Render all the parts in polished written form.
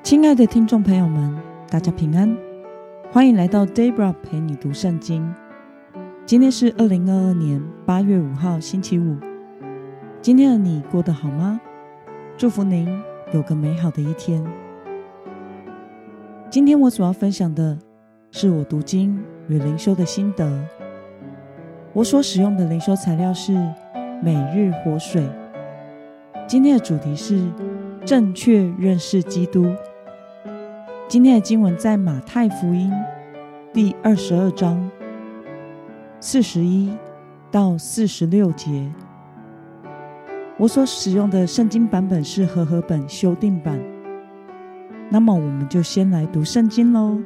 亲爱的听众朋友们，大家平安，欢迎来到 Debra 陪你读圣经。今天是2022年8月5号星期五。今天的你过得好吗？祝福您有个美好的一天。今天我所要分享的是我读经与灵修的心得。我所使用的灵修材料是每日活水。今天的主题是正确认识基督。今天的经文在马太福音第22章41到46节。我所使用的圣经版本是和合本修订版。那么我们就先来读圣经咯。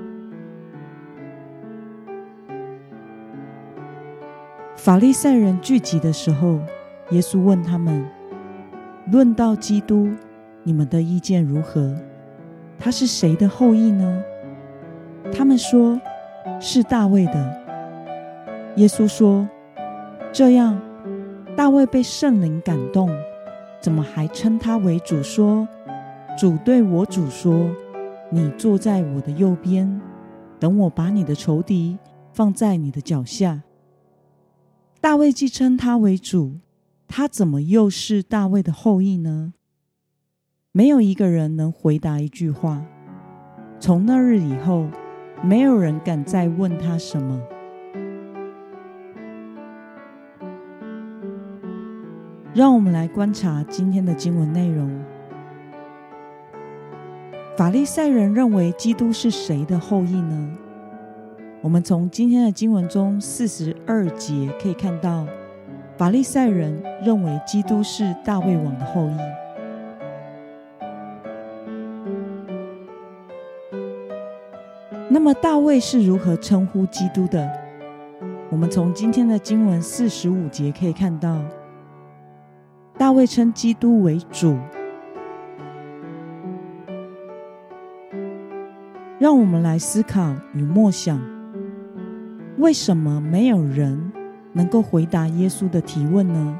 法利赛人聚集的时候，耶稣问他们，论到基督，你们的意见如何？他是谁的后裔呢？他们说，是大卫的。耶稣说，这样，大卫被圣灵感动，怎么还称他为主说，主对我主说，你坐在我的右边，等我把你的仇敌放在你的脚下。大卫既称他为主，他怎么又是大卫的后裔呢？没有一个人能回答一句话。从那日以后，没有人敢再问他什么。让我们来观察今天的经文内容。法利赛人认为基督是谁的后裔呢？我们从今天的经文中42节可以看到，法利赛人认为基督是大卫王的后裔。那么大卫是如何称呼基督的？我们从今天的经文45节可以看到，大卫称基督为主。让我们来思考与默想，为什么没有人能够回答耶稣的提问呢？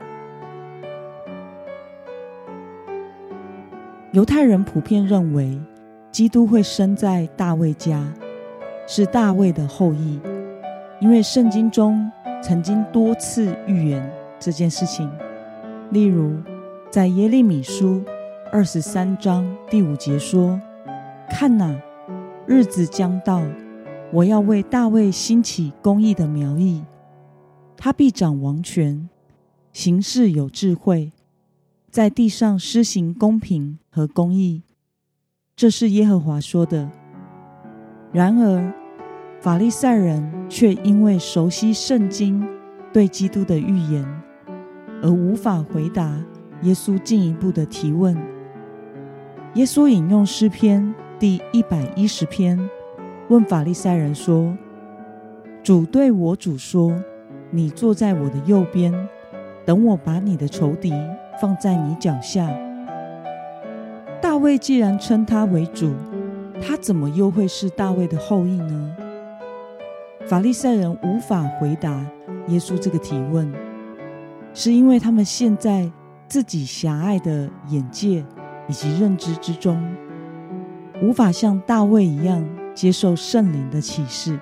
犹太人普遍认为基督会生在大卫家，是大卫的后裔，因为圣经中曾经多次预言这件事情。例如在耶利米书23章第5节说，看哪，日子将到，我要为大卫兴起公义的苗裔，他必掌王权，行事有智慧，在地上施行公平和公义。这是耶和华说的。然而法利赛人却因为熟悉圣经对基督的预言，而无法回答耶稣进一步的提问。耶稣引用诗篇第110篇，问法利赛人说，主对我主说，你坐在我的右边，等我把你的仇敌放在你脚下。大卫既然称他为主，他怎么又会是大卫的后裔呢？法利赛人无法回答耶稣这个提问，是因为他们陷在自己狭隘的眼界以及认知之中，无法像大卫一样接受圣灵的启示。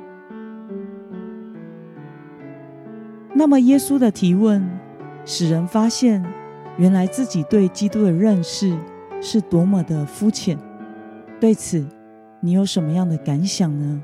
那么耶稣的提问使人发现，原来自己对基督的认识是多么的肤浅。对此，你有什么样的感想呢？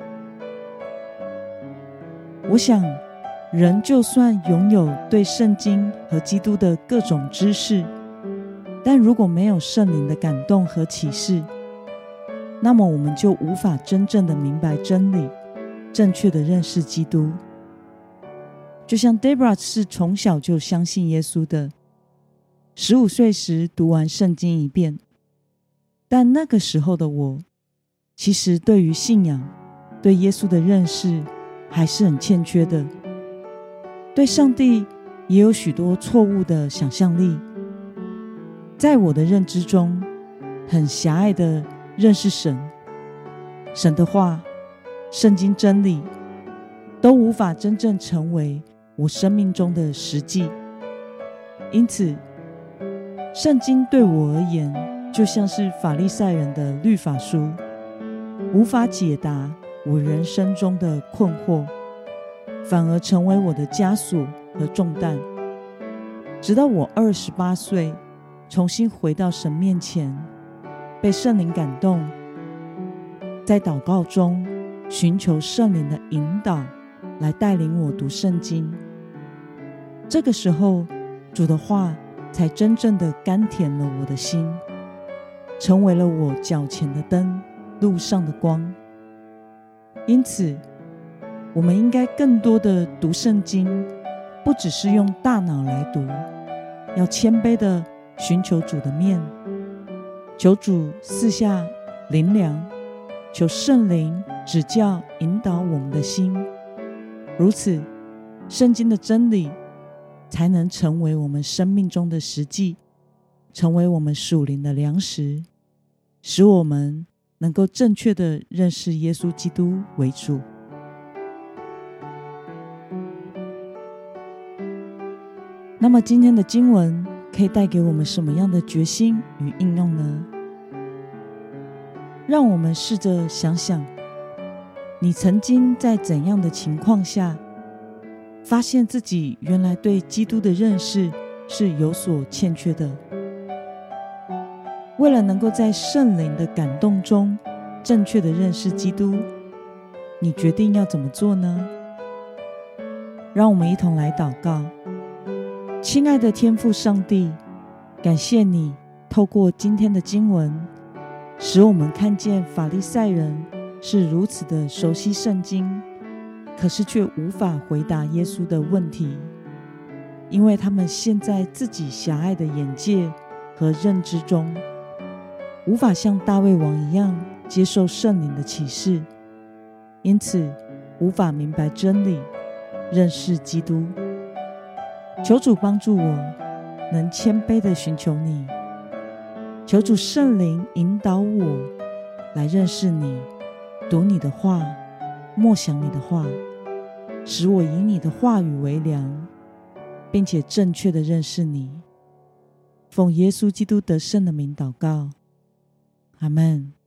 我想，人就算拥有对圣经和基督的各种知识，但如果没有圣灵的感动和启示，那么我们就无法真正的明白真理，正确的认识基督。就像 Debra 是从小就相信耶稣的，15岁时读完圣经一遍，但那个时候的我，其实对于信仰、对耶稣的认识还是很欠缺的，对上帝也有许多错误的想象力。在我的认知中，很狭隘的认识神的话、圣经真理，都无法真正成为我生命中的实际。因此，圣经对我而言就像是法利赛人的律法书，无法解答我人生中的困惑，反而成为我的枷锁和重担。直到我28岁，重新回到神面前，被圣灵感动，在祷告中寻求圣灵的引导，来带领我读圣经。这个时候，主的话才真正的甘甜了我的心，成为了我脚前的灯，路上的光。因此，我们应该更多的读圣经，不只是用大脑来读，要谦卑的寻求主的面，求主赐下灵粮，求圣灵指教引导我们的心。如此，圣经的真理才能成为我们生命中的实际，成为我们属灵的粮食，使我们能够正确的认识耶稣基督为主。那么今天的经文可以带给我们什么样的决心与应用呢？让我们试着想想，你曾经在怎样的情况下，发现自己原来对基督的认识是有所欠缺的。为了能够在圣灵的感动中正确的认识基督，你决定要怎么做呢？让我们一同来祷告。亲爱的天父上帝，感谢你透过今天的经文，使我们看见法利赛人是如此的熟悉圣经，可是却无法回答耶稣的问题，因为他们陷在自己狭隘的眼界和认知中，无法像大卫王一样接受圣灵的启示，因此无法明白真理，认识基督。求主帮助我能谦卑地寻求你，求主圣灵引导我来认识你，读你的话，默想你的话，使我以你的话语为粮，并且正确地认识你。奉耶稣基督得胜的名祷告，阿们。